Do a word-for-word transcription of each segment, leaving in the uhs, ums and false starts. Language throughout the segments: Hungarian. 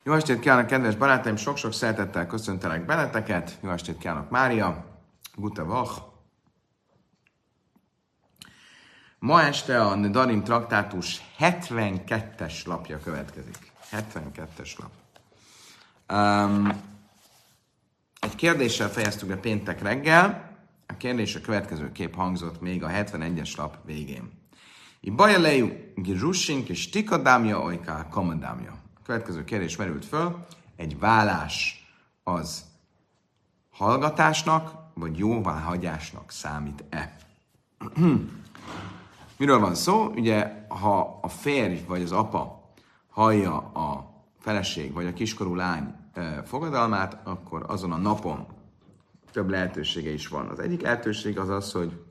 Jó estét kívánok, kedves barátaim! Sok-sok szeretettel köszöntelek benneteket. Jó estét kívánok, Mária. Gute Woche. Ma este a Nedarim traktátus hetvenkettes lapja következik. hetvenkettes lap. Um, egy kérdéssel fejeztük be péntek reggel. A kérdés a következő kép hangzott még a hetvenegyes lap végén. I bajaleju girusink és tikadámja ojká kamadámja. A következő kérdés merült föl, egy vállás az hallgatásnak vagy jóváhagyásnak számít-e? Miről van szó? Ugye, ha a férj vagy az apa hallja a feleség vagy a kiskorú lány fogadalmát, akkor azon a napon több lehetősége is van. Az egyik lehetőség az az, hogy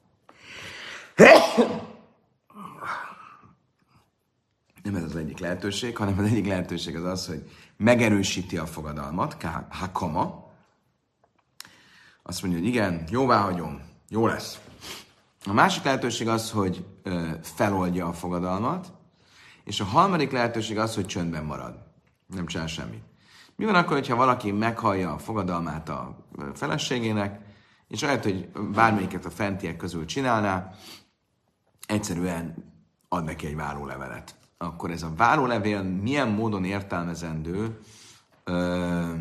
nem ez az egyik lehetőség, hanem az egyik lehetőség az az, hogy megerősíti a fogadalmat, hakama. Azt mondja, hogy igen, jóvá hagyom, jó lesz. A másik lehetőség az, hogy ö, feloldja a fogadalmat, és a harmadik lehetőség az, hogy csöndben marad. Nem csinál semmit. Mi van akkor, hogyha valaki meghallja a fogadalmát a feleségének, és lehet, hogy bármelyiket a fentiek közül csinálná, egyszerűen ad neki egy várólevelet. Akkor ez a várólevél milyen módon értelmezendő ö,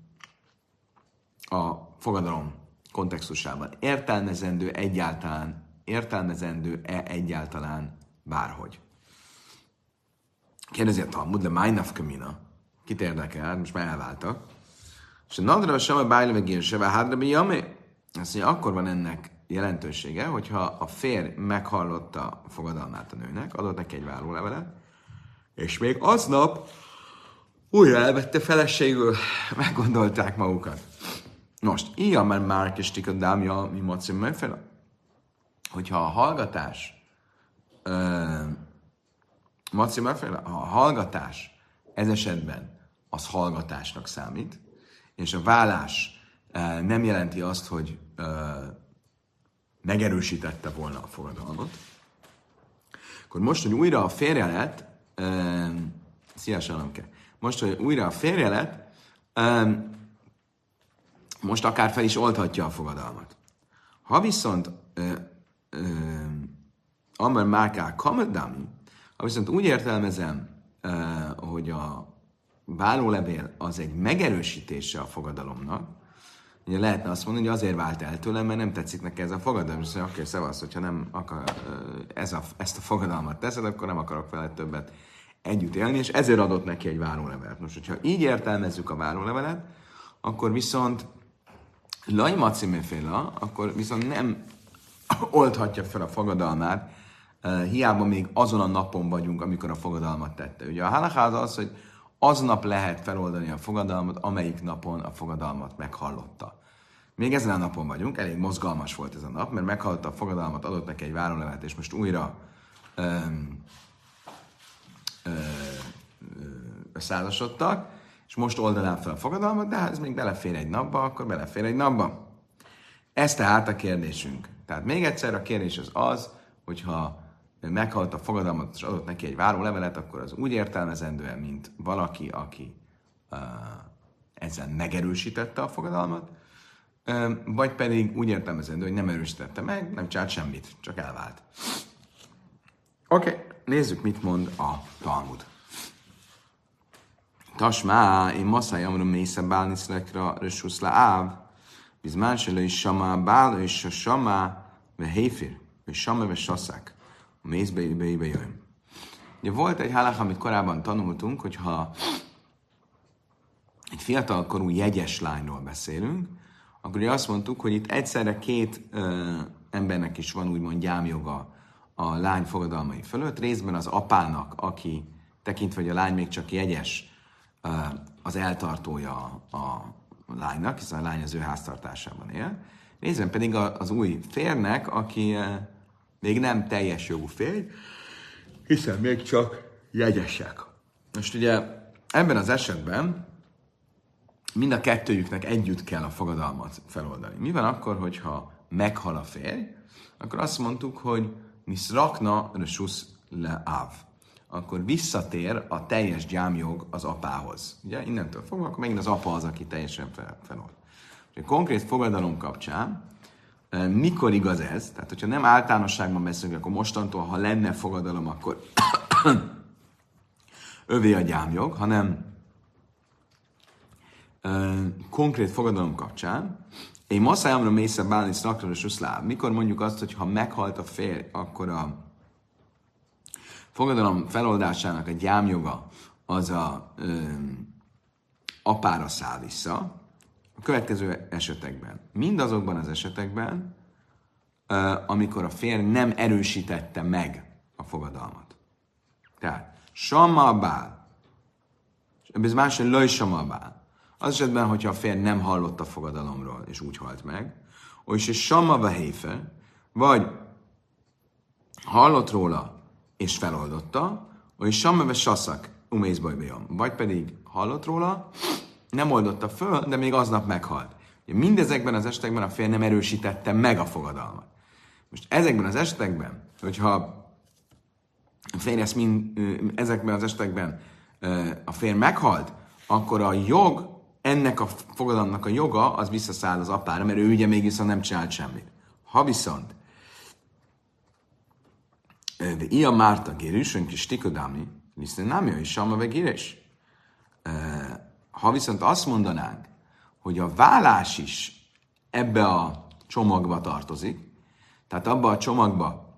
a fogadalom kontextusában? Értelmezendő egyáltalán, értelmezendő-e egyáltalán bárhogy? Kérdezi a Talmud, le májnaf kamina. Kit érdekel? Most már elváltak. És a nadra sem a bájlevegér se hádra bijamé. Azt mondja, akkor van ennek jelentősége, hogyha a férj meghallotta a fogadalmát a nőnek, adott neki egy várólevelet, és még aznap újra elvette feleségül, meggondolták magukat. Most, ilyen már már kis tikadámja, mi macim megfelel. Hogyha a hallgatás, uh, macim megfelel, ha a hallgatás ez esetben az hallgatásnak számít, és a vállás uh, nem jelenti azt, hogy uh, megerősítette volna a fogadalmat, akkor most, hogy újra a férje lett, um, szia, Salamke, most, hogy újra a férje lett, um, most akár fel is oldhatja a fogadalmat. Ha viszont Amar Márká Kamadami, ha viszont úgy értelmezem, uh, hogy a várólevél az egy megerősítése a fogadalomnak, ugye lehetne azt mondani, hogy azért vált el tőlem, mert nem tetszik neki ez a fogadalom, és mondja, oké, szevasz, hogyha nem akar, ez a, ezt a fogadalmat teszed, akkor nem akarok vele többet együtt élni, és ezért adott neki egy várólevelet. Most, hogyha így értelmezzük a várólevelet, akkor viszont Laj macimeféla, akkor viszont nem oldhatja fel a fogadalmát, hiába még azon a napon vagyunk, amikor a fogadalmat tette. Ugye a halakha az az, hogy aznap lehet feloldani a fogadalmat, amelyik napon a fogadalmat meghallotta. Még ezen a napon vagyunk, elég mozgalmas volt ez a nap, mert meghallotta a fogadalmat, adott neki egy várólevelet, és most újra öm, ö, összeházasodtak, és most oldanám fel a fogadalmat, de ha ez még belefér egy napba, akkor belefér egy napba. Ez tehát a kérdésünk. Tehát még egyszer a kérdés az az, hogyha meghalt a fogadalmat, és adott neki egy várólevelet, akkor az úgy értelmezendően, mint valaki, aki uh, ezzel megerősítette a fogadalmat, uh, vagy pedig úgy értelmezendő, hogy nem erősítette meg, nem csinált semmit, csak elvált. Oké, okay, nézzük, mit mond a Talmud. Tasmá, én masszai amrom mésze bálniszlekra rössusz le áv, bizmán se is samá bál, és a samá ve héfir, és samá ve sasszák, a mészbe ibe ibe jöjjön. Ugye volt egy hálák, amit korábban tanultunk, hogyha egy fiatalkorú jegyes lányról beszélünk, akkor ugye azt mondtuk, hogy itt egyszerre két ö, embernek is van úgymond gyámjoga a lány fogadalmai fölött, részben az apának, aki tekintve, hogy a lány még csak jegyes, az eltartója a lánynak, hiszen a lány az ő háztartásában él. Részben pedig az új férnek, aki még nem teljes jogú férj, hiszen még csak jegyesek. Most ugye ebben az esetben mind a kettőjüknek együtt kell a fogadalmat feloldani. Mi van akkor, hogyha meghal a férj? Akkor azt mondtuk, hogy nisz rakna rösusz le áv. akkor visszatér a teljes gyámjog az apához. Ugye innentől fogva, akkor megint az apa az, aki teljesen fel, felold. A konkrét fogadalom kapcsán mikor igaz ez? Tehát, hogyha nem általánosságban beszélünk, akkor mostantól, ha lenne fogadalom, akkor övé a gyámjog, hanem uh, konkrét fogadalom kapcsán, én masszájámra mésze bálni szakra és uszláv. Mikor mondjuk azt, hogy ha meghalt a férj, akkor a fogadalom feloldásának a gyámjoga az a um, apára száll vissza, a következő esetekben. Mindazokban az esetekben, uh, amikor a férj nem erősítette meg a fogadalmat. Tehát, samma bál, ez más, hogy löj samma bál. Az esetben, hogyha a férj nem hallott a fogadalomról, és úgy halt meg, és és samma behéfe, vagy hallott róla, és feloldotta, és samma be saszak, umészbaj bejom. Vagy pedig hallott róla, nem oldotta föl, de még aznap meghalt. Ugye mindezekben az esetekben a férj nem erősítette meg a fogadalmat. Most ezekben az esetekben, hogyha a férj ezt mind, ezekben az esetekben a férj meghalt, akkor a jog, ennek a fogadalomnak a joga, az visszaszáll az apára, mert ő ugye még viszont nem csinált semmit. Ha viszont de ilyen Márta gérűsön kis tikodami, viszont nem jön is samma ve gérés. Ha viszont azt mondanánk, hogy a vállás is ebbe a csomagba tartozik, tehát abba a csomagba,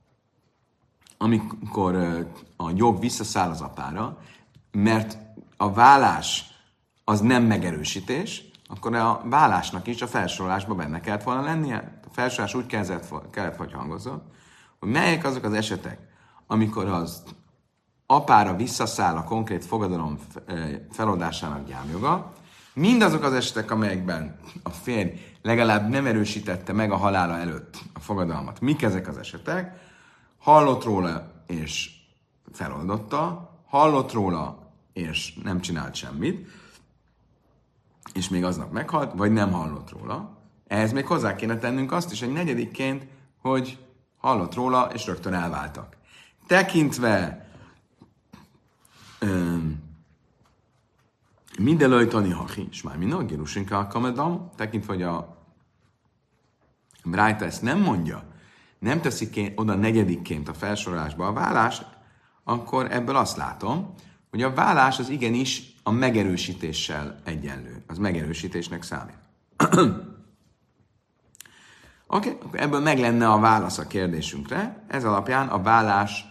amikor a jog visszaszáll az apára, mert a vállás az nem megerősítés, akkor a vállásnak is a felsorolásban benne kellett volna lennie. A felsorolás úgy kellett, kellett vagy hangozott, hogy melyek azok az esetek, amikor az apára visszaszáll a konkrét fogadalom feloldásának gyámjoga, mindazok az esetek, amelyekben a férj legalább nem erősítette meg a halála előtt a fogadalmat. Mik ezek az esetek? Hallott róla és feloldotta, hallott róla és nem csinált semmit, és még aznap meghalt, vagy nem hallott róla. Ehhez még hozzá kéne tennünk azt is, egy negyedikként, hogy hallott róla, és rögtön elváltak. Tekintve um, minden lojtani hachi, és már minden gyerusinka alkalmadam, tekintve, hogy a Brájta ezt nem mondja, nem teszik oda negyedikként a felsorolásba a vállást, akkor ebből azt látom, hogy a vállás az igenis a megerősítéssel egyenlő. Az megerősítésnek számít. Oké, okay, akkor ebből meg lenne a válasz a kérdésünkre. Ez alapján a vállás,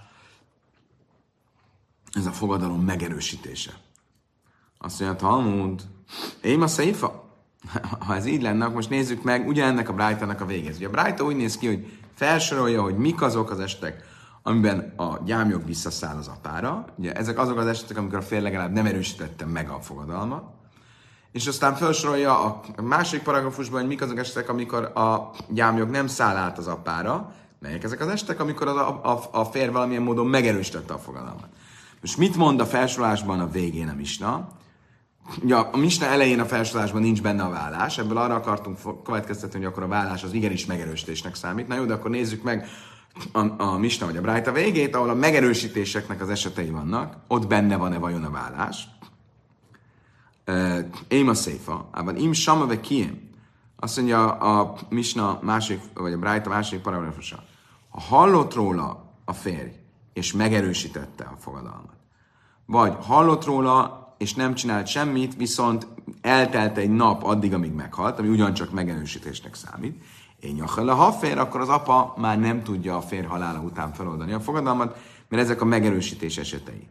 ez a fogadalom megerősítése. Azt mondja, Talmud, én a széfa. Ha ez így lenne, akkor most nézzük meg ugyanennek a Brájtának a végét. Ugye a Brájta úgy néz ki, hogy felsorolja, hogy mik azok az esetek, amiben a gyámjog visszaszáll az apára. Ugye ezek azok az esetek, amikor a férj legalább nem erősítette meg a fogadalmat. És aztán felsorolja a második paragrafusban, hogy mik azok esetek, amikor a gyámjog nem száll át az apára. Melyek ezek az esetek, amikor az a, a, a férj valamilyen módon megerősítette a fogadalmat. Most mit mond a felsorolásban a végén a misna? Ugye a misna elején a felsorolásban nincs benne a vállás, ebből arra akartunk következtetni, hogy akkor a vállás az igenis megerősítésnek számít. Na jó, de akkor nézzük meg a, a misna vagy a Brájta végét, ahol a megerősítéseknek az esetei vannak. Ott benne van-e vajon a vállás? Én a széfa, ában im sama ve kiem. Azt mondja a misna másik, vagy a Brájta második paragrafusa. Ha hallott róla a férj, és megerősítette a fogadalmat, vagy hallott róla, és nem csinált semmit, viszont eltelt egy nap addig, amíg meghalt, ami ugyancsak megerősítésnek számít. Én nyakala, ha fér, akkor az apa már nem tudja a férj halála után feloldani a fogadalmat, mert ezek a megerősítés esetei.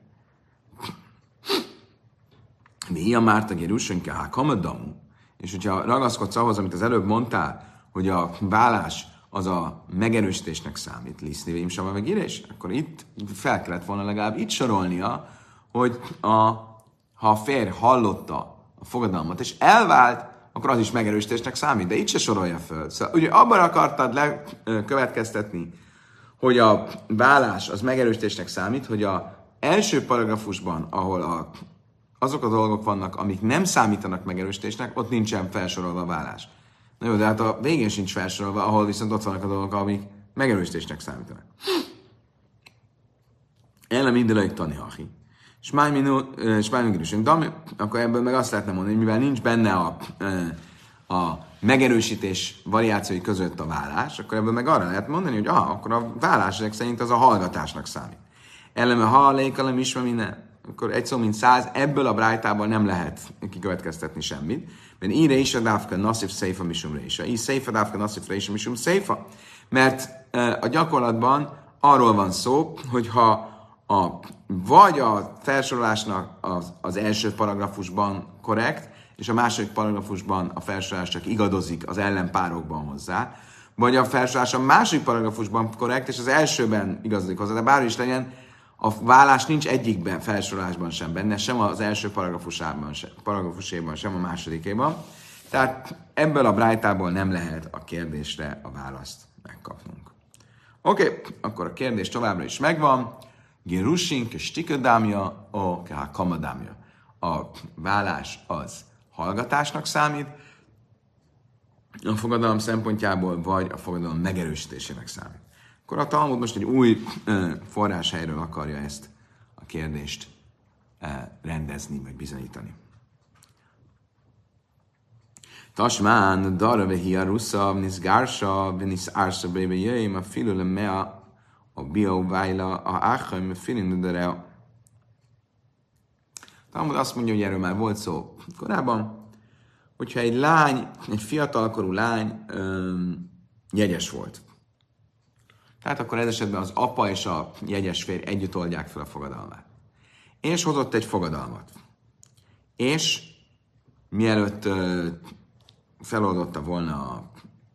Mi ilyen Márta Gerusönke, ha kamadamu, és hogyha ragaszkodsz ahhoz, amit az előbb mondtál, hogy a vállás az a megerősítésnek számít, liszni vém sama meg írés, akkor itt fel kellett volna legalább itt sorolnia, hogy a, ha a férj hallotta a fogadalmat, és elvált, akkor az is megerősítésnek számít, de itt se sorolja föl. Szóval ugye abban akartad lekövetkeztetni, hogy a vállás az megerősítésnek számít, hogy a első paragrafusban, ahol a, azok a dolgok vannak, amik nem számítanak megerősítésnek, ott nincsen felsorolva a vállás. Na jó, de hát a végén sincs felsorolva, ahol viszont ott vannak a dolgok, amik megerősítésnek számítanak. Ellen mindenek tanihachi. Spájmingerűsünk. Akkor ebből meg azt lehetne mondani, hogy mivel nincs benne a, a megerősítés variációi között a vállás, akkor ebből meg arra lehet mondani, hogy aha, akkor a vállás ezek szerint az a hallgatásnak számít. Eleme hallékalem is van minden. Akkor egy szó mint száz, ebből a brájtából nem lehet kikövetkeztetni semmit. Mert írre is a dávka nasszif széfa misumra is. Így széfa dávka nasszif is misum széfa. Mert a gyakorlatban arról van szó, hogyha a, vagy a felsorolásnak az, az első paragrafusban korrekt, és a második paragrafusban a felsorolás csak igadozik az ellenpárokban hozzá, vagy a felsorolás a második paragrafusban korrekt, és az elsőben igazodik hozzá, de bárhogy is legyen, a vállás nincs egyikben felsorolásban sem benne, sem az első paragrafusában, sem, paragrafusében, sem a másodikében. Tehát ebből a brájtából nem lehet a kérdésre a választ megkapnunk. Oké, okay, akkor a kérdés továbbra is megvan. Gerusink és stikadámja, a kamadámja. A vállás az hallgatásnak számít, a fogadalom szempontjából, vagy a fogadalom megerősítésének számít. Akkor a Talmud most egy új uh, forráshelyről akarja ezt a kérdést uh, rendezni, vagy bizonyítani. Tasmán, darave hiarusza, vnisz gársa, vnisz ársa, bébe jöjjém, a filule mea, a biovájla, a áchaim, a filinudere. Talmud azt mondja, hogy erről már volt szó korábban, hogyha egy lány, egy fiatalkorú lány um, jegyes volt. Tehát akkor ez esetben az apa és a jegyes férj együtt oldják fel a fogadalmát. És hozott egy fogadalmat. És mielőtt uh, feloldotta volna a,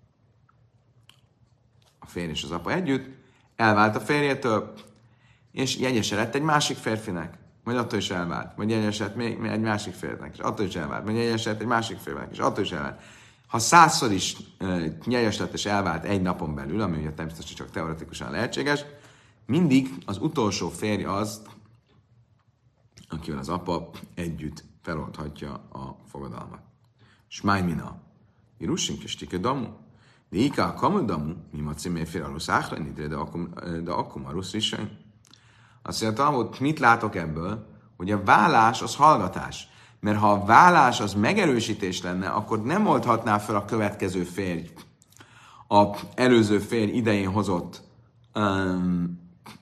a férj és az apa együtt, elvált a férjétől, és jegyese lett egy másik férfinek, majd attól is elvált, majd jegyese lett még egy másik férfinek, és attól is elvált, majd jegyese lett egy másik férfinek, és attól is elvált. Ha százszor is uh, jegyes lett és elvált egy napon belül, ami ugye természetesen csak teoretikusan lehetséges, mindig az utolsó férj az, akivel az apa együtt feloldhatja a fogadalmat. Smájmina, Irussink és Tikedamu, de Ika Kamudamu, mi ma címé fél alusz áhlenidre, de akkum alusz is. Azt mondja, Talmud, mit látok ebből? Hogy a vállás az hallgatás. Mert ha a vállás az megerősítés lenne, akkor nem oldhatná fel a következő férj a előző férj idején hozott um,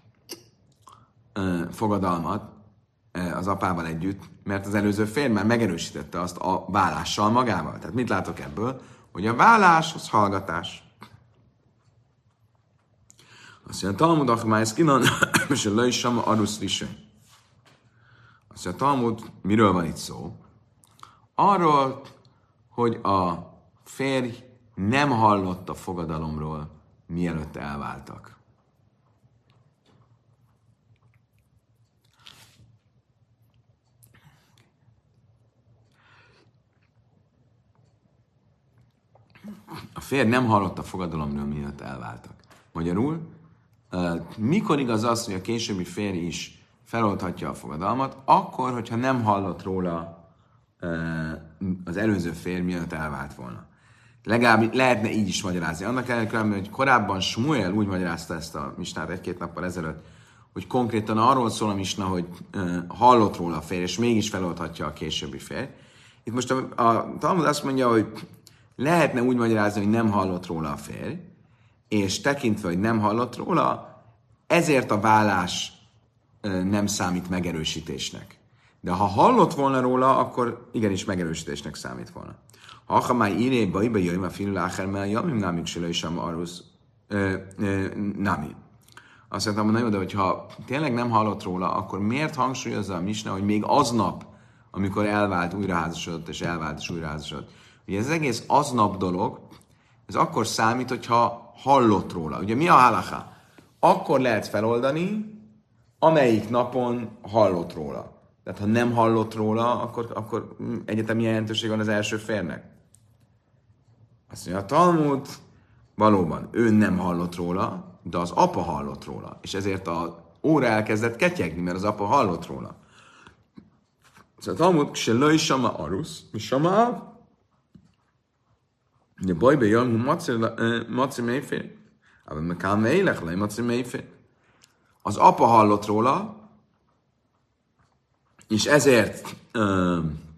um, fogadalmat um, az apával együtt, mert az előző férj már megerősítette azt a vállással magával. Tehát mit látok ebből? Hogy a vállás az hallgatás. Azt mondja, Talmud achmájsz kinan, és a löjsam arusz visöny. Azt mondja, Talmud, miről van itt szó? Arról, hogy a férj nem hallott a fogadalomról, mielőtt elváltak. A férj nem hallott a fogadalomról, mielőtt elváltak. Magyarul, mikor igaz az, hogy a későbbi férj is feloldhatja a fogadalmat, akkor, hogyha nem hallott róla az előző férj, mielőtt elvált volna. Legalább lehetne így is magyarázni. Annak ellenére, hogy korábban Smuel úgy magyarázta ezt a misnát egy-két nappal ezelőtt, hogy konkrétan arról szól a misna, hogy hallott róla a férj, és mégis feloldhatja a későbbi férj. Itt most a, a Talmud azt mondja, hogy lehetne úgy magyarázni, hogy nem hallott róla a férj, és tekintve, hogy nem hallott róla, ezért a vállás nem számít megerősítésnek. De ha hallott volna róla, akkor igenis megerősítésnek számít volna. Ha achamály íré, bajba jöjjön a filu lácher, mert jamim námik se lősem arusz námi. Azt mondtam, hogy na jó, de hogyha tényleg nem hallott róla, akkor miért hangsúlyozza a misna, hogy még aznap, amikor elvált, újraházasodott, és elvált, és újraházasodott. Ugye ez az egész aznap dolog, ez akkor számít, hogyha hallott róla. Ugye mi a halacha? Akkor lehet feloldani, amelyik napon hallott róla. Tehát ha nem hallott róla, akkor, akkor egyetem milyen jelentőség van az első férnek? Azt mondja, a Talmud valóban ő nem hallott róla, de az apa hallott róla. És ezért az óra elkezdett ketyegni, mert az apa hallott róla. Szóval a Talmud se löj sama arusz, mi sama de bajba jön, hogy maci mélyfél. Ában meg kell mélek le, maci mélyfél. Az apa hallott róla, és ezért ö,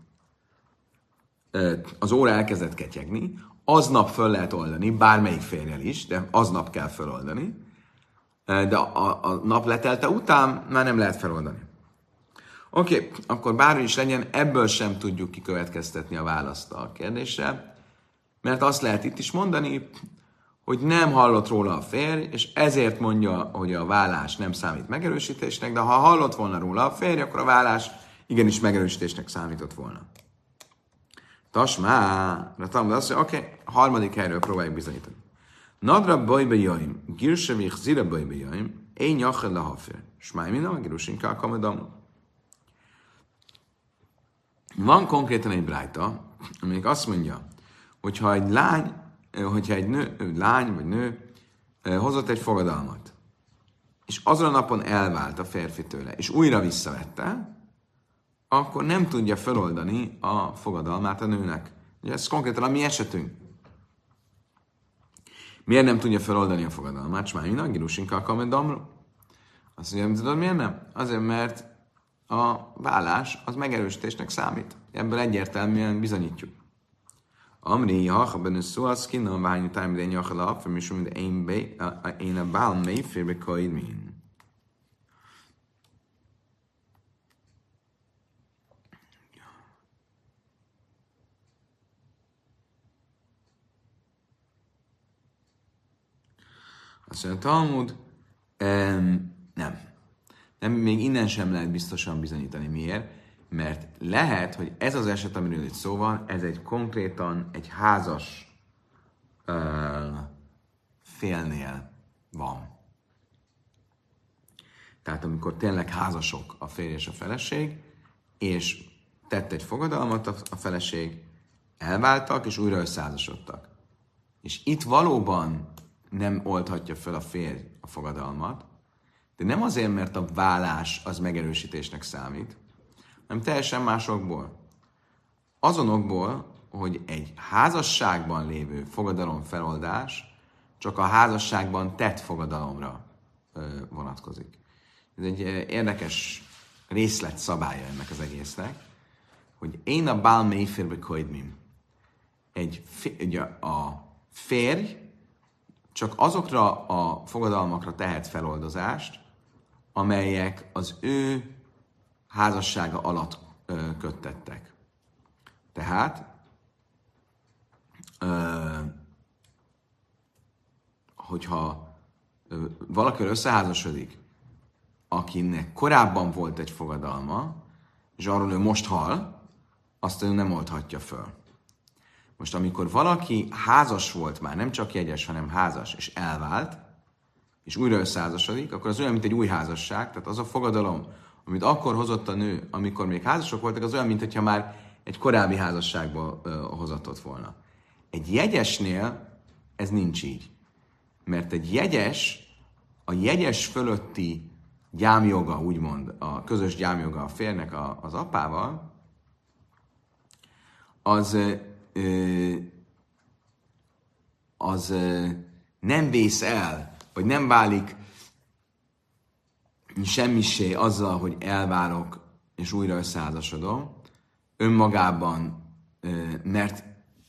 ö, az óra elkezdett ketyegni, aznap föl lehet oldani, bármelyik férjel is, de aznap kell föloldani, de a, a nap letelte után már nem lehet feloldani. Oké, okay, akkor bármi is legyen, ebből sem tudjuk kikövetkeztetni a választ a kérdésre, mert azt lehet itt is mondani, hogy nem hallott róla a férj, és ezért mondja, hogy a vállás nem számít megerősítésnek, de ha hallott volna róla a férj, akkor a vállás igenis megerősítésnek számított volna. Tasmá, de Talmud azt mondja, oké, okay, a harmadik helyről próbáljuk bizonyítani. Nadra bajba jaim, girsevich zira bajba jaim, én nyachel lehafer, smáj minna, girusinká kamadamlu. Van konkrétan egy brájta, amelyik azt mondja, hogyha egy lány, hogyha egy nő, lány vagy nő hozott egy fogadalmat, és azon a napon elvált a férfi tőle, és újra visszavette, akkor nem tudja feloldani a fogadalmát a nőnek. Ugye ez konkrétan a mi esetünk. Miért nem tudja feloldani a fogadalmát? S már mi nagygirusinkkal kamedamru. Azt mondja, tudod miért nem? Azért, mert a vállás az megerősítésnek számít. Ebből egyértelműen bizonyítjuk. Amri, ha benne szó, az kinnan ványi tájmidén jachal a apfem, és mint én a bál mélyférbe kaid min. Azt mondja, Talmud, um, nem. nem. Még innen sem lehet biztosan bizonyítani. Miért? Mert lehet, hogy ez az eset, amiről itt szó van, ez egy konkrétan egy házas uh, félnél van. Tehát amikor tényleg házasok a férj és a feleség, és tett egy fogadalmat a feleség, elváltak, és újra összeházasodtak. És itt valóban nem oldhatja fel a férj a fogadalmat, de nem azért, mert a vállás az megerősítésnek számít, hanem teljesen másokból. Azonokból, hogy egy házasságban lévő fogadalom feloldás csak a házasságban tett fogadalomra ö, vonatkozik. Ez egy érdekes részlet szabálya ennek az egésznek, hogy én a bál mélyférbe koidmim. Egy ugye a férj csak azokra a fogadalmakra tehet feloldozást, amelyek az ő házassága alatt ö, köttettek. Tehát, ö, hogyha ö, valaki összeházasodik, akinek korábban volt egy fogadalma, és arról ő most hal, azt ő nem oldhatja föl. Most amikor valaki házas volt már, nem csak jegyes, hanem házas, és elvált, és újra összeházasodik, akkor az olyan, mint egy új házasság, tehát az a fogadalom, amit akkor hozott a nő, amikor még házasok voltak, az olyan, mintha már egy korábbi házasságból uh, hozatott volna. Egy jegyesnél ez nincs így. Mert egy jegyes, a jegyes fölötti gyámjoga, úgymond, a közös gyámjoga a férnek a, az apával, az, ö, az ö, nem vész el, vagy nem válik semmisé azzal, hogy elválok és újra összeházasodom, önmagában, ö, mert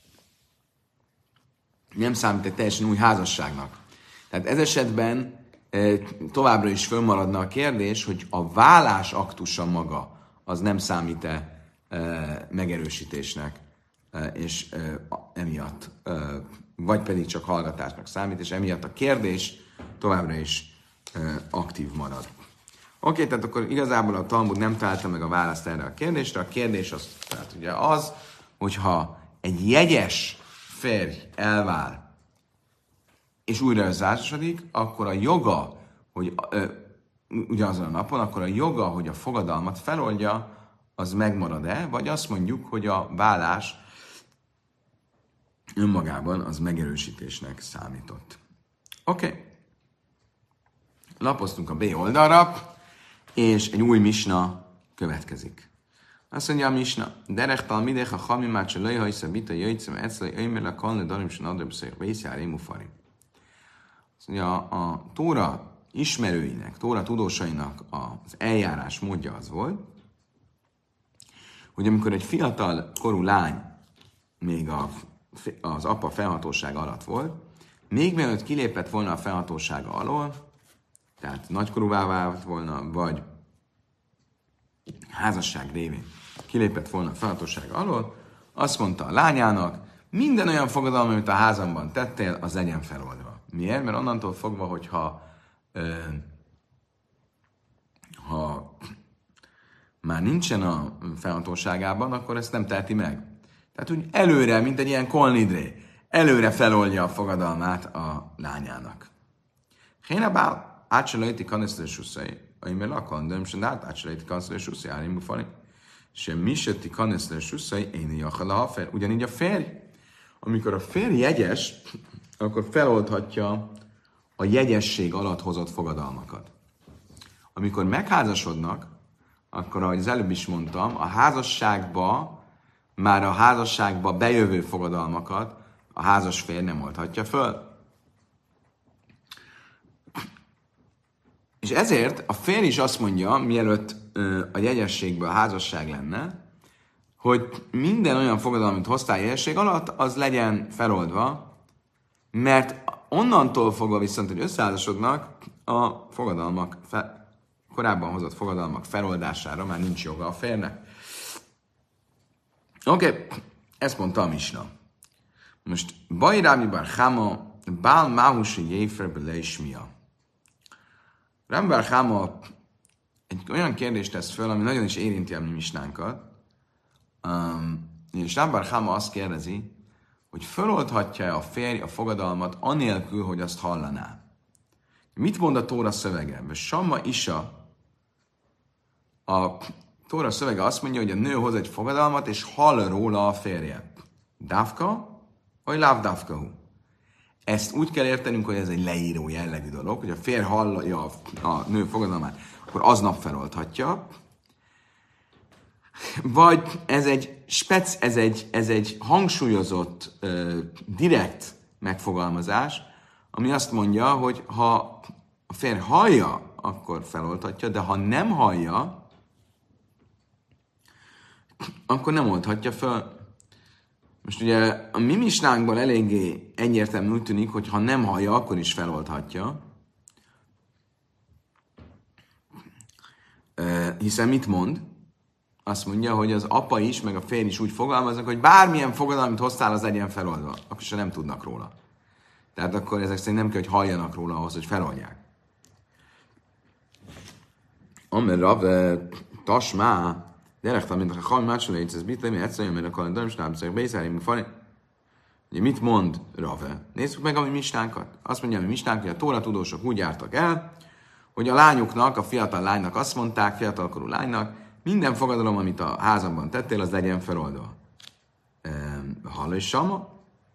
nem számít egy teljesen új házasságnak. Tehát ez esetben továbbra is fönnmaradna a kérdés, hogy a vállás aktusa maga az nem számít-e e, megerősítésnek, e, és e, emiatt, e, vagy pedig csak hallgatásnak számít, és emiatt a kérdés továbbra is e, aktív marad. Oké, okay, tehát akkor igazából a Talmud nem találta meg a választ erre a kérdésre. A kérdés az, tehát ugye az, hogyha egy jegyes férj elvál, és újra összeházasodik, akkor a joga, hogy ö, ugyanazon a napon, akkor a joga, hogy a fogadalmat feloldja, az megmarad-e, vagy azt mondjuk, hogy a vállás önmagában az megerősítésnek számított. Oké. Okay. Lapoztunk a B oldalra, és egy új misna következik. Azt mondja a misna, derech talmidech a chamimát se lej hajsza bita jöjtszem eclej öjmele kalne darim se nadröbb szék vészjár émufarim. Azt mondja, a Tóra ismerőinek, Tóra tudósainak az eljárás módja az volt, hogy amikor egy fiatal korú lány még a, az apa felhatósága alatt volt, még mielőtt kilépett volna a felhatósága alól, tehát nagykorúvá vált volna, vagy házasság révén kilépett volna a felhatósága alól, azt mondta a lányának, minden olyan fogadalom, amit a házamban tettél, az legyen feloldva. Miért? Mert onnantól fogva, hogyha ö, ha már nincsen a felhatóságában, akkor ezt nem teheti meg. Tehát úgy előre, mint egy ilyen kolnidré, előre feloldja a fogadalmát a lányának. Hénabál, átselejti kanesztős uszai, amivel lakon, de most át átselejti kanesztős uszai, árimu fali. Sem miseti kanesztős uszai, én jachal a férj. Ugyanígy a férj, amikor a férj jegyes, akkor feloldhatja a jegyesség alatt hozott fogadalmakat. Amikor megházasodnak, akkor, ahogy az előbb is mondtam, a házasságba, már a házasságba bejövő fogadalmakat a házas férj nem oldhatja föl. És ezért a férj is azt mondja, mielőtt ö, a jegyességből a házasság lenne, hogy minden olyan fogadalom, amit hoztál jegyesség alatt, az legyen feloldva, mert onnantól fogva viszont, hogy összeházasodnak, a fogadalmak, fe, korábban hozott fogadalmak feloldására már nincs joga a férnek. Oké, okay. Ezt mondta a Misna. Most Bajrámi bar Chama, Bál Máhusi Jéfer Beleismia. Rámi bar Chama egy olyan kérdést tesz föl, ami nagyon is érinti a mi misnánkat. Um, és Rámi bar Chama azt kérdezi, hogy feloldhatja a férj a fogadalmat anélkül, hogy azt hallaná. Mit mond a Tóra szövege? Samma Isa, a Tóra szövege azt mondja, hogy a nő hoz egy fogadalmat, és hall róla a férje. Dávka, vagy lávdávkahu. Ezt úgy kell értenünk, hogy ez egy leíró jellegű dolog, hogy a férj hallja a, a nő fogadalmát, akkor aznap feloldhatja. Vagy ez egy, spec, ez egy, ez egy hangsúlyozott, uh, direkt megfogalmazás, ami azt mondja, hogy ha a férj hallja, akkor feloldhatja, de ha nem hallja, akkor nem oldhatja fel. Most ugye a mi misnánkban eléggé egyértelmű úgy tűnik, hogy ha nem hallja, akkor is feloldhatja. Uh, hiszen mit mond? Azt mondja, hogy az apa is, meg a férj is úgy fogalmaznak, hogy bármilyen fogadalmat, amit hoztál, az legyen feloldva. Akkor se nem tudnak róla. Tehát akkor ezek szerint nem kell, hogy halljanak róla ahhoz, hogy feloldják. Amer Rav Tasmá, Derekta, mint a Chal másolai, ez mit lenni, egyszerűen, mert a kalendár is lábszak, beiszárim, fali. Ugye mit mond Rave? Nézzük meg a mi mistánkat. Azt mondja, a mi mistánk, hogy a Tóra tudósok úgy jártak el, hogy a lányuknak, a fiatal lánynak azt mondták, fiatalkorú lánynak, minden fogadalom, amit a házamban tettél, az legyen feloldva. Halló és Sama?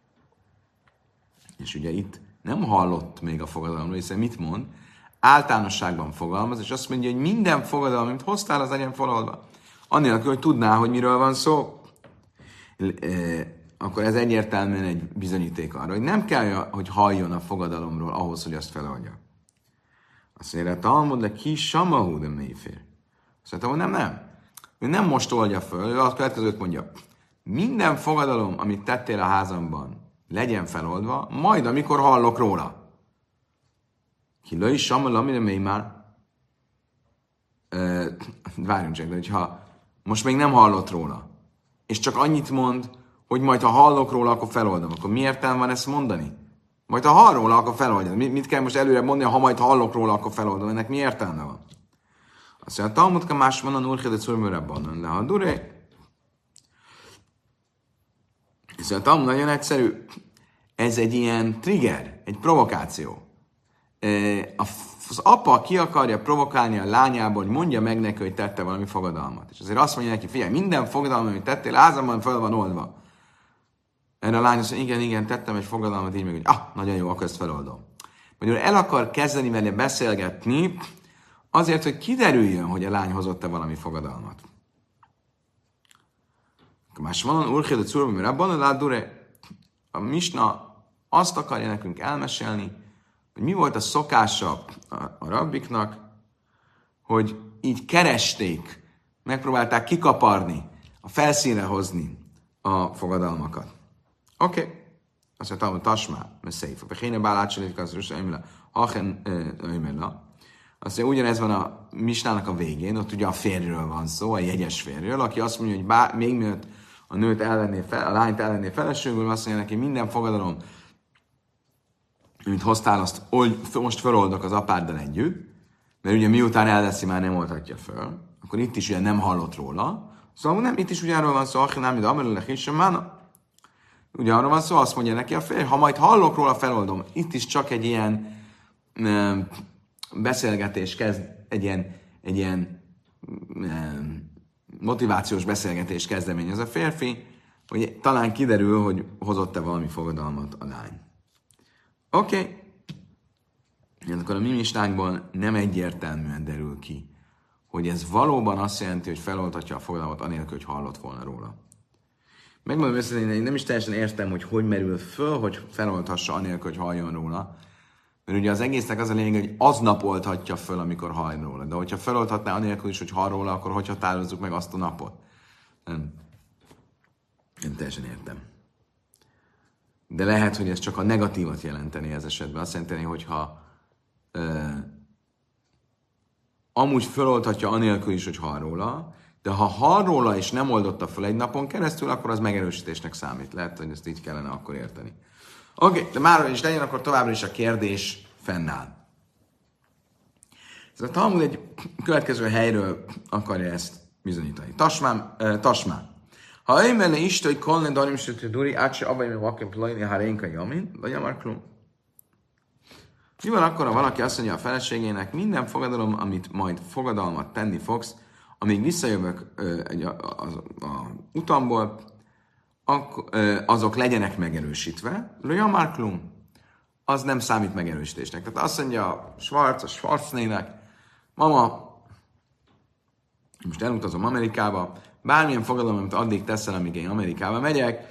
És ugye itt nem hallott még a fogadalomról, hiszen mit mond? Általánosságban fogalmaz, és azt mondja, hogy minden fogadalom, amit hoztál, az legyen feloldva. Annélkül, hogy tudná, hogy miről van szó. Akkor ez egyértelműen egy bizonyíték arra, hogy nem kell, hogy halljon a fogadalomról ahhoz, hogy azt feloldja. Azt mondja, Talmud le ki Samahú de mélyfér. Azt mondta, hogy nem, nem. Ő nem most oldja föl, ő a következőt mondja. Minden fogadalom, amit tettél a házamban, legyen feloldva, majd amikor hallok róla. Ki le is Samahú, amire mély már. Várjunk csak, de hogyha most még nem hallott róla, és csak annyit mond, hogy majd ha hallok róla, akkor feloldom. Akkor mi értelme van ezt mondani? Majd ha hall róla, akkor feloldom. Mit kell most előre mondani, ha majd hallok róla, akkor feloldom? Ennek mi értelme van? Azt mondja, a Talmudka más van a Nurchedet Szurmőrebban, le a Duré. Ez a Talmud nagyon egyszerű. Ez egy ilyen trigger, egy provokáció. Az apa ki akarja provokálni a lányából, hogy mondja meg neki, hogy tette valami fogadalmat. És azért azt mondja neki, figyelj, minden fogadalmat, amit tettél, házamban fel van oldva. Erre a lány azt mondja, igen, igen, tettem egy fogadalmat, így meg, hogy ah, nagyon jó, akkor ezt feloldom. Magyarul el akar kezdeni vele beszélgetni, azért, hogy kiderüljön, hogy a lány hozott-e valami fogadalmat. Más van, urchédet szúrva, mert abban a ládure, a misna azt akarja nekünk elmesélni, hogy mi volt a szokása a, a rabbiknak, hogy így keresték, megpróbálták kikaparni a felszínre hozni a fogadalmakat. Oké. Okay. Azt mondta, hogy tasmá, mert széf. A kéne bálátsodik az rúsa, ömela, hachen ömela. Azt mondja, ugyanez van a misnának a végén, ott ugye a férjről van szó, a jegyes férjről, aki azt mondja, hogy bár, még mielőtt a nőt ellenné, fel, a lányt ellenné feleségül, azt mondja neki, minden fogadalom, amit hoztál, azt old, most feloldok az apáddal együtt, mert ugye miután elveszi, már nem oldhatja föl, akkor itt is ugye nem hallott róla. Szóval nem, itt is ugye arról van szó, hogy nem, de amelőleg is sem mána. Ugye arról van szó, azt mondja neki a férj, ha majd hallok róla, feloldom. Itt is csak egy ilyen ö, beszélgetés kezd, egy ilyen, egy ilyen ö, motivációs beszélgetés kezdeményez a férfi, hogy talán kiderül, hogy hozott-e valami fogadalmat a lány. Oké. Okay. Akkor a mi mistánkban nem egyértelműen derül ki, hogy ez valóban azt jelenti, hogy feloldhatja a fogadalmat anélkül, hogy hallott volna róla. Megmondom őszintén, én nem is teljesen értem, hogy hogy merül föl, hogy feloldhassa anélkül, hogy halljon róla. Mert ugye az egésznek az a lényeg, hogy aznap oldhatja föl, amikor hall róla. De hogyha feloldhatná anélkül is, hogy hall róla, akkor hogy határozzuk meg azt a napot? Nem. Nem teljesen értem. De lehet, hogy ez csak a negatívat jelenteni ez esetben. Azt jelenteni, hogyha ö, amúgy feloldhatja anélkül is, hogy hall róla, de ha hall róla és nem oldotta fel egy napon keresztül, akkor az megerősítésnek számít. Lehet, hogy ezt így kellene akkor érteni. Oké, okay, de már is legyen, akkor továbbra is a kérdés fennáll. Ez a Talmud egy következő helyről akarja ezt bizonyítani. Tasmán, uh, tasmán. Ha ő menne istő, hogy kolne darim duri, átse avai me vakem plajni, ha rénka jamin, vagy amar klum. Mi van akkor, ha valaki azt mondja a feleségének, minden fogadalom, amit majd fogadalmat tenni fogsz, amíg visszajövök uh, a, a, a, a utamból, ak, uh, azok legyenek megerősítve, lojamar klum. Az nem számít megerősítésnek. Tehát azt mondja a Schwarz, a Schwarznének, mama, most elutazom Amerikába, bármilyen fogadalom, amit addig teszel, amíg én Amerikába megyek,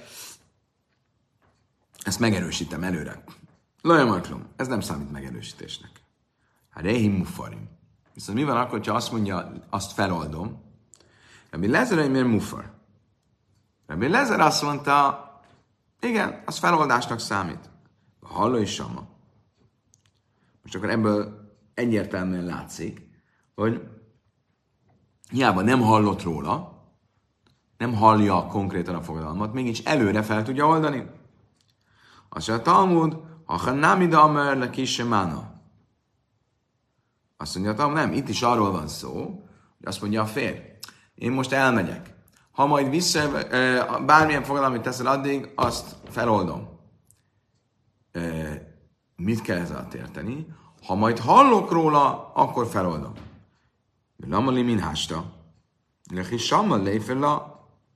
ezt megerősítem előre. Lojamaklum, ez nem számít megerősítésnek. Hát réhim mufarim. Viszont mi van akkor, ha azt mondja, azt feloldom? Rabbi Lezer, miért mufar? Rabbi Lezer azt mondta, igen, az feloldásnak számít. Halló és sama. Most akkor ebből egyértelműen látszik, hogy hiába nem hallott róla, nem hallja konkrétan a fogadalmat, mégis előre fel tudja oldani. Azt mondja a Talmud, ha nem ide amer le kisemána. Azt mondja a Talmud, nem, itt is arról van szó, hogy azt mondja a férj, én most elmegyek. Ha majd vissza, bármilyen fogadalmat teszel addig, azt feloldom. Mit kell ez alatt érteni? Ha majd hallok róla, akkor feloldom. Lamali min hásta. Lehi sammal léfella.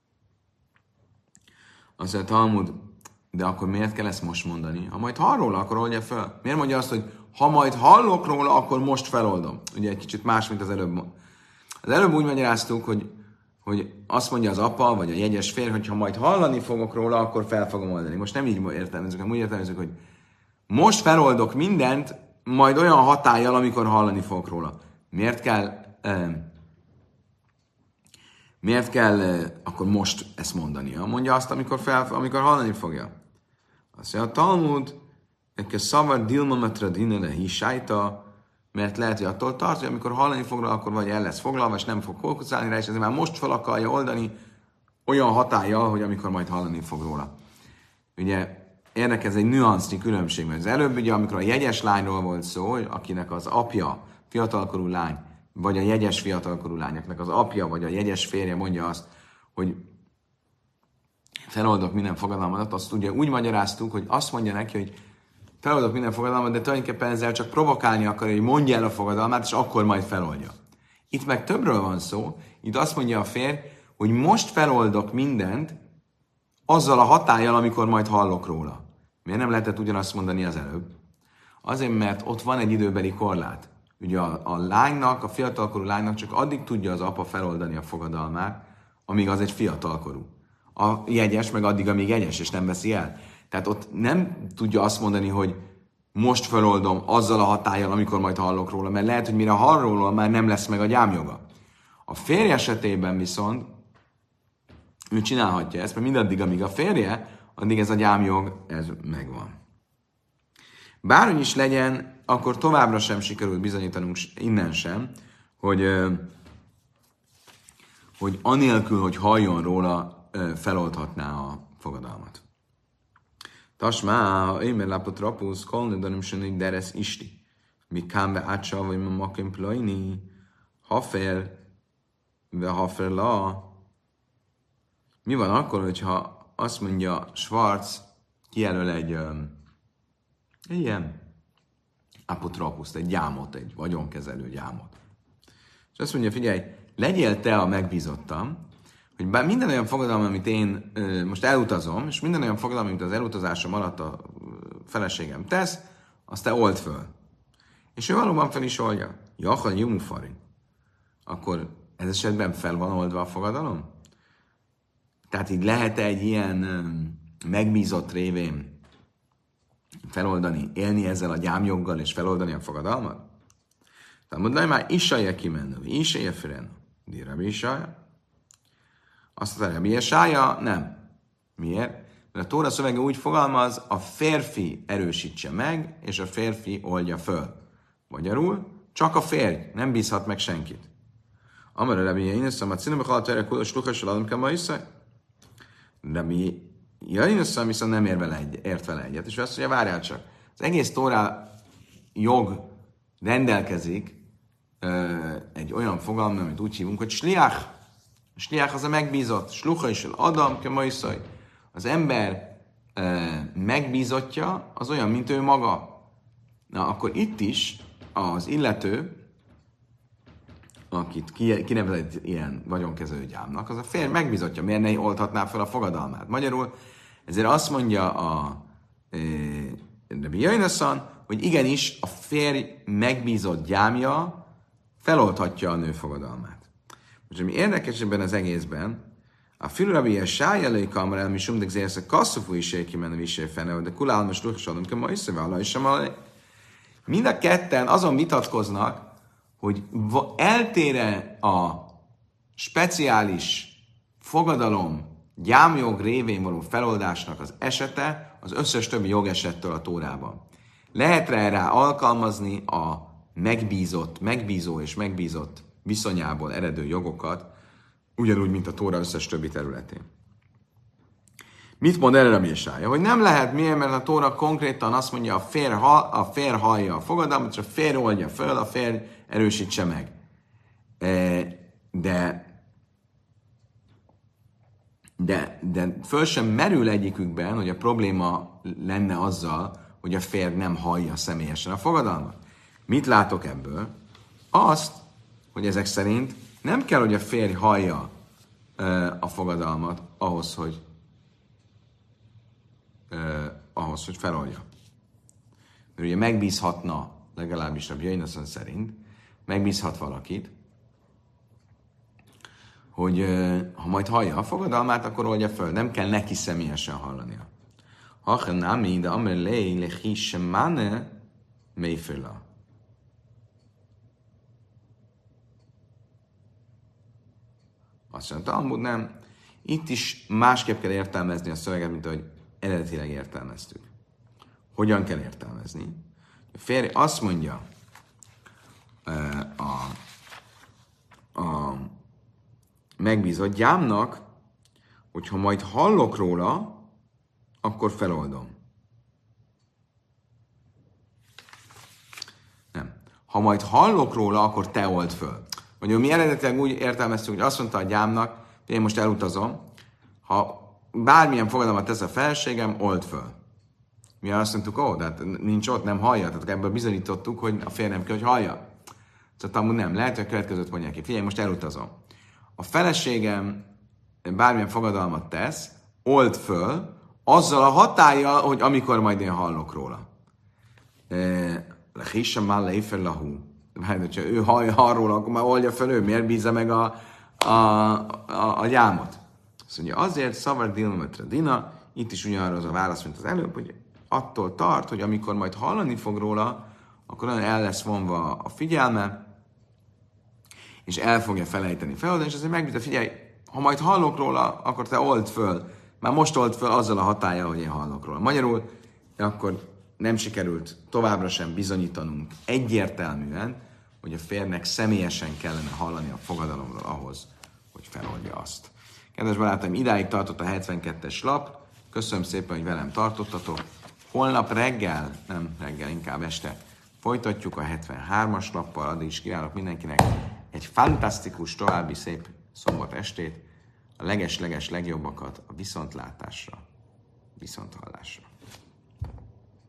Azt mondja Talmud, de akkor miért kell ezt most mondani? Ha majd hall róla, akkor oldja fel. Miért mondja azt, hogy ha majd hallok róla, akkor most feloldom? Ugye egy kicsit más, mint az előbb. Az előbb úgy magyaráztuk, hogy, hogy azt mondja az apa, vagy a jegyes férj, hogy ha majd hallani fogok róla, akkor fel fogom oldani. Most nem így értelmezzük, hanem úgy értelmezzük, hogy most feloldok mindent, majd olyan hatállyal, amikor hallani fogok róla. Miért kell, eh, miért kell eh, akkor most ezt mondania? Mondja azt, amikor, fel, amikor hallani fogja. Azt mondja, a Talmud, hogy szavar dilma metradine le hisájta, mert lehet, hogy attól tart, hogy amikor hallani fog róla, akkor vagy el lesz foglalva, és nem fog fókuszálni rá, és ezért már most fel akarja oldani olyan hatállyal, hogy amikor majd hallani fog róla. Ugye, érdekes, ez egy nüansznyi különbség, mert az előbb ugye, amikor a jegyes lányról volt szó, akinek az apja, fiatalkorú lány, vagy a jegyes fiatalkorú lányoknak az apja, vagy a jegyes férje mondja azt, hogy feloldok minden fogadalmat, azt ugye úgy magyaráztuk, hogy azt mondja neki, hogy feloldok minden fogadalmat, de tulajdonképpen ezzel csak provokálni akar, hogy mondja el a fogadalmát, és akkor majd feloldja. Itt meg többről van szó, itt azt mondja a férj, hogy most feloldok mindent, azzal a hatállyal, amikor majd hallok róla. Miért nem lehetett ugyanazt mondani az előbb? Azért, mert ott van egy időbeli korlát. Ugye a, a lánynak, a fiatalkorú lánynak csak addig tudja az apa feloldani a fogadalmát, amíg az egy fiatalkorú. A jegyes meg addig, amíg jegyes, és nem veszi el. Tehát ott nem tudja azt mondani, hogy most feloldom azzal a hatállyal, amikor majd hallok róla, mert lehet, hogy mire hall róla, már nem lesz meg a gyámjoga. A férj esetében viszont ő csinálhatja ezt, mert mindaddig, amíg a férje, addig ez a gyámjog, ez megvan. Bárhogy is legyen, akkor továbbra sem sikerült bizonyítanunk innen sem, hogy, hogy anélkül, hogy halljon róla, feloldhatná a fogadalmat. Tasmá, én mert lápott rapusz, kolnedanim senők deresz isti. Mi kámbe átsa, vagy ma makim plajni, hafer, ve hafer la. Mi van akkor, hogyha azt mondja Schwarz, kijelöl egy, egy ilyen apotropuszt, egy gyámot, egy vagyonkezelő gyámot. És azt mondja, figyelj, legyél te a megbízottam, hogy bár minden olyan fogadalom, amit én ö, most elutazom, és minden olyan fogadalom, amit az elutazásom alatt a feleségem tesz, azt te old föl. És ő valóban fel is oldja. Jachal jumufari. Akkor ez esetben fel van oldva a fogadalom? Tehát így lehet egy ilyen ö, megbízott révén feloldani, élni ezzel a gyámjoggal, és feloldani a fogadalmat? Tehát mondd már, Isaja kimenő, Isaja firenő, Dirabi Isaja. Azt mondja, Rabbi Jesája, nem. Miért? Mert a Tóra szövege úgy fogalmaz, a férfi erősítse meg, és a férfi oldja föl. Magyarul, csak a férj, nem bízhat meg senkit. Amara Rabbi Jainuszam, a cinema halat erre kulos lukas, adom kell ma iszaj. Rabbi Jainuszam viszont nem ér vele egy, ért vele egyet, és azt mondja, várjál csak. Az egész Tóra jog rendelkezik ö, egy olyan fogalom, amit úgy hívunk, hogy sliach. A sliach az a megbízott, slucha is Adam, kemaiszaj. Az ember e, megbízottja az olyan, mint ő maga. Na, akkor itt is az illető, akit kinevezett ilyen vagyonkezelő gyámnak, az a férj megbízottja, miért ne oldhatná fel a fogadalmát. Magyarul ezért azt mondja a e, Rabbi Jainuszan, hogy igenis a férj megbízott gyámja feloldhatja a nő fogadalmát. És ami érdekes ebben az egészben, a Filrabi Sáj elő kamar el, mi sumdek zérsz a kasszufú is kimenő visé fene, de kulálmas lukhasodom, kell ma összevállal is sem alá. Mind a ketten azon vitatkoznak, hogy eltére a speciális fogadalom gyámjog révén való feloldásnak az esete az összes többi jogesettől a Tórában. Lehet rá alkalmazni a megbízott, megbízó és megbízott viszonyából eredő jogokat, ugyanúgy, mint a Tóra összes többi területén. Mit mond erre Rabbi Jesája? Hogy nem lehet, miért, mert a Tóra konkrétan azt mondja, a férj, a férj hallja a fogadalmat, és a férj oldja föl, a férj erősítse meg. De, de, de föl sem merül egyikükben, hogy a probléma lenne azzal, hogy a férj nem hallja személyesen a fogadalmat. Mit látok ebből? Azt, hogy ezek szerint nem kell, hogy a férj hallja uh, a fogadalmat ahhoz, hogy uh, ahhoz, hogy feloldja. Mert ugye megbízhatna, legalábbis a Jainuszan szerint, megbízhat valakit, hogy uh, ha majd hallja a fogadalmát, akkor oldja föl. Nem kell neki személyesen hallania. Ha nem, de amely lej lehi semane mélyféla. Azt mondja, Talmud nem. Itt is másképp kell értelmezni a szöveget, mint ahogy eredetileg értelmeztük. Hogyan kell értelmezni? A férj azt mondja a, a megbízott gyámnak, hogy ha majd hallok róla, akkor feloldom. Nem. Ha majd hallok róla, akkor te old föl. Mondjuk mi eredetileg úgy értelmeztük, hogy azt mondta a gyámnak, hogy én most elutazom, ha bármilyen fogadalmat tesz a feleségem, old föl. Mi azt mondtuk, ó, de hát nincs ott, nem hallja. Tehát ebből bizonyítottuk, hogy a férj nem kell, hogy hallja. Szóval amúgy nem. Lehet, hogy a következőt mondják ki. Figyelj, most elutazom. A feleségem bármilyen fogadalmat tesz, old föl, azzal a hatállyal, hogy amikor majd én hallok róla. Lehissam már leifer lahu. Mert hogyha ő hallja arról, akkor már oldja fel ő. Miért bízza meg a, a, a, a gyámot? Azt mondja, azért szavar dilmetre dina, itt is ugyanarra az a válasz, mint az előbb, hogy attól tart, hogy amikor majd hallani fog róla, akkor olyan el lesz vonva a figyelme, és el fogja felejteni feladni, és azért megbízza, figyelj, ha majd hallok róla, akkor te old föl. Már most old föl azzal a hatállyal, hogy én hallok róla. Magyarul, akkor nem sikerült továbbra sem bizonyítanunk egyértelműen, hogy a férnek személyesen kellene hallani a fogadalomról ahhoz, hogy feloldja azt. Kedves barátaim, idáig tartott a hetvenkettes lap. Köszönöm szépen, hogy velem tartottatok. Holnap reggel, nem reggel, inkább este folytatjuk a hetvenhármas lappal. Addig is kívánok mindenkinek egy fantasztikus, további szép szombat estét. A leges-leges legjobbakat a viszontlátásra, viszonthallásra.